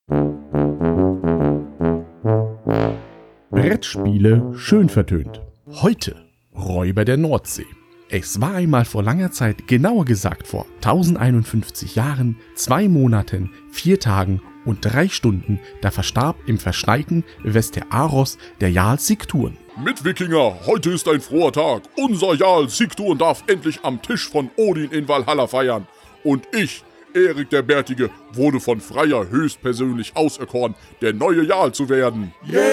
Brettspiele schön vertönt. Heute Räuber der Nordsee. Es war einmal vor langer Zeit, genauer gesagt vor 1051 Jahren, 2 Monaten, 4 Tagen und 3 Stunden, da verstarb im verschneiten Westeros der Jarl Sigtun. Mitwikinger, heute ist ein froher Tag. Unser Jarl Sigtun darf endlich am Tisch von Odin in Valhalla feiern. Und ich, Erik der Bärtige, wurde von Freyr höchstpersönlich auserkoren, der neue Jarl zu werden.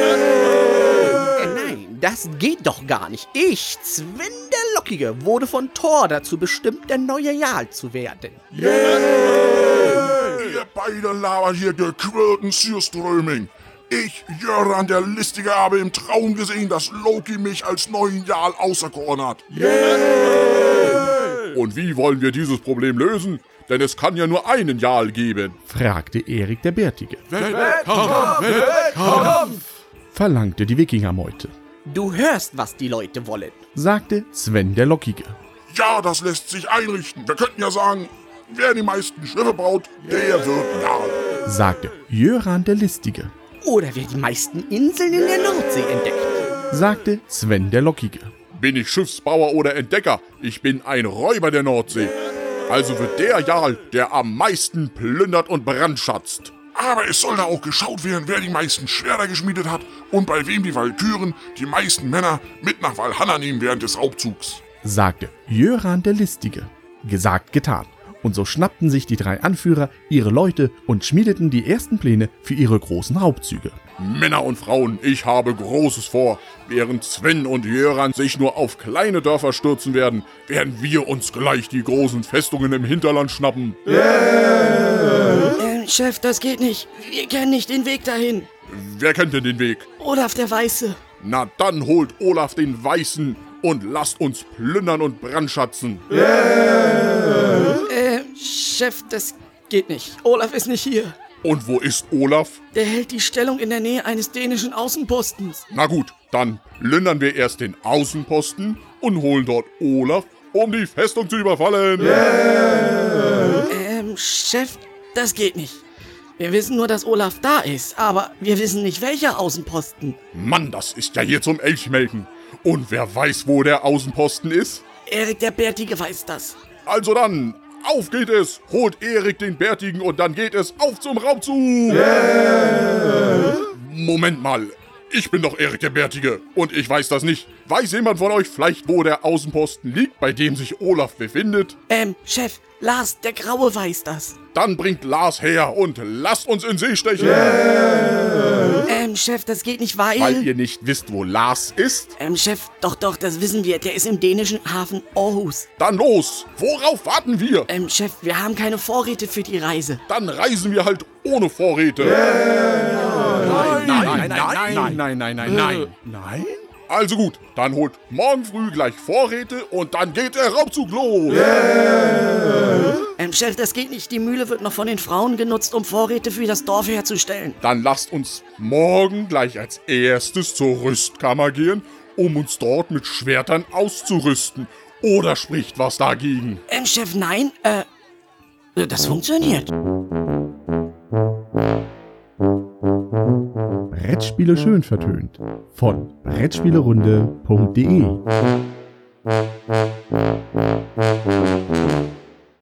Nein, das geht doch gar nicht. Ich, Sven der Lockige, wurde von Thor dazu bestimmt, der neue Jarl zu werden. Ihr beide labert hier gequirlten Sürströming. Ich, Jöran der Listige, habe im Traum gesehen, dass Loki mich als neuen Jarl auserkoren hat. Und wie wollen wir dieses Problem lösen? Denn es kann ja nur einen Jarl geben, fragte Erik der Bärtige. Wettkampf! Verlangte die Wikingermeute. Du hörst, was die Leute wollen, sagte Sven der Lockige. Ja, das lässt sich einrichten. Wir könnten ja sagen, wer die meisten Schiffe baut, der wird Jarl, sagte Jöran der Listige. Oder wer die meisten Inseln in der Nordsee entdeckt, sagte Sven der Lockige. Bin ich Schiffsbauer oder Entdecker? Ich bin ein Räuber der Nordsee. Also wird der Jarl, der am meisten plündert und brandschatzt. Aber es soll da auch geschaut werden, wer die meisten Schwerter geschmiedet hat und bei wem die Walküren die meisten Männer mit nach Valhalla nehmen während des Raubzugs, sagte Jöran der Listige. Gesagt, getan. Und so schnappten sich die 3 Anführer ihre Leute und schmiedeten die ersten Pläne für ihre großen Raubzüge. Männer und Frauen, ich habe Großes vor. Während Sven und Jöran sich nur auf kleine Dörfer stürzen werden wir uns gleich die großen Festungen im Hinterland schnappen. Chef, das geht nicht. Wir kennen nicht den Weg dahin. Wer kennt denn den Weg? Olaf der Weiße. Na dann holt Olaf den Weißen und lasst uns plündern und brandschatzen. Chef, das geht nicht. Olaf ist nicht hier. Und wo ist Olaf? Der hält die Stellung in der Nähe eines dänischen Außenpostens. Na gut, dann plündern wir erst den Außenposten und holen dort Olaf, um die Festung zu überfallen. Chef, das geht nicht. Wir wissen nur, dass Olaf da ist, aber wir wissen nicht, welcher Außenposten. Mann, das ist ja hier zum Elchmelken. Und wer weiß, wo der Außenposten ist? Erik der Bärtige weiß das. Also dann, auf geht es! Holt Erik den Bärtigen und dann geht es auf zum Raubzug! Moment mal, ich bin doch Erik der Bärtige und ich weiß das nicht. Weiß jemand von euch vielleicht, wo der Außenposten liegt, bei dem sich Olaf befindet? Chef, Lars, der Graue weiß das. Dann bringt Lars her und lasst uns in See stechen! Chef, das geht nicht, weil... Weil ihr nicht wisst, wo Lars ist? Chef, doch, das wissen wir. Der ist im dänischen Hafen Aarhus. Dann los! Worauf warten wir? Chef, wir haben keine Vorräte für die Reise. Dann reisen wir halt ohne Vorräte. Nein? Also gut, dann holt morgen früh gleich Vorräte und dann geht der Raubzug los. Chef, das geht nicht. Die Mühle wird noch von den Frauen genutzt, um Vorräte für das Dorf herzustellen. Dann lasst uns morgen gleich als erstes zur Rüstkammer gehen, um uns dort mit Schwertern auszurüsten. Oder spricht was dagegen? Chef, nein. Das funktioniert. Brettspiele schön vertönt. Von Brettspielerunde.de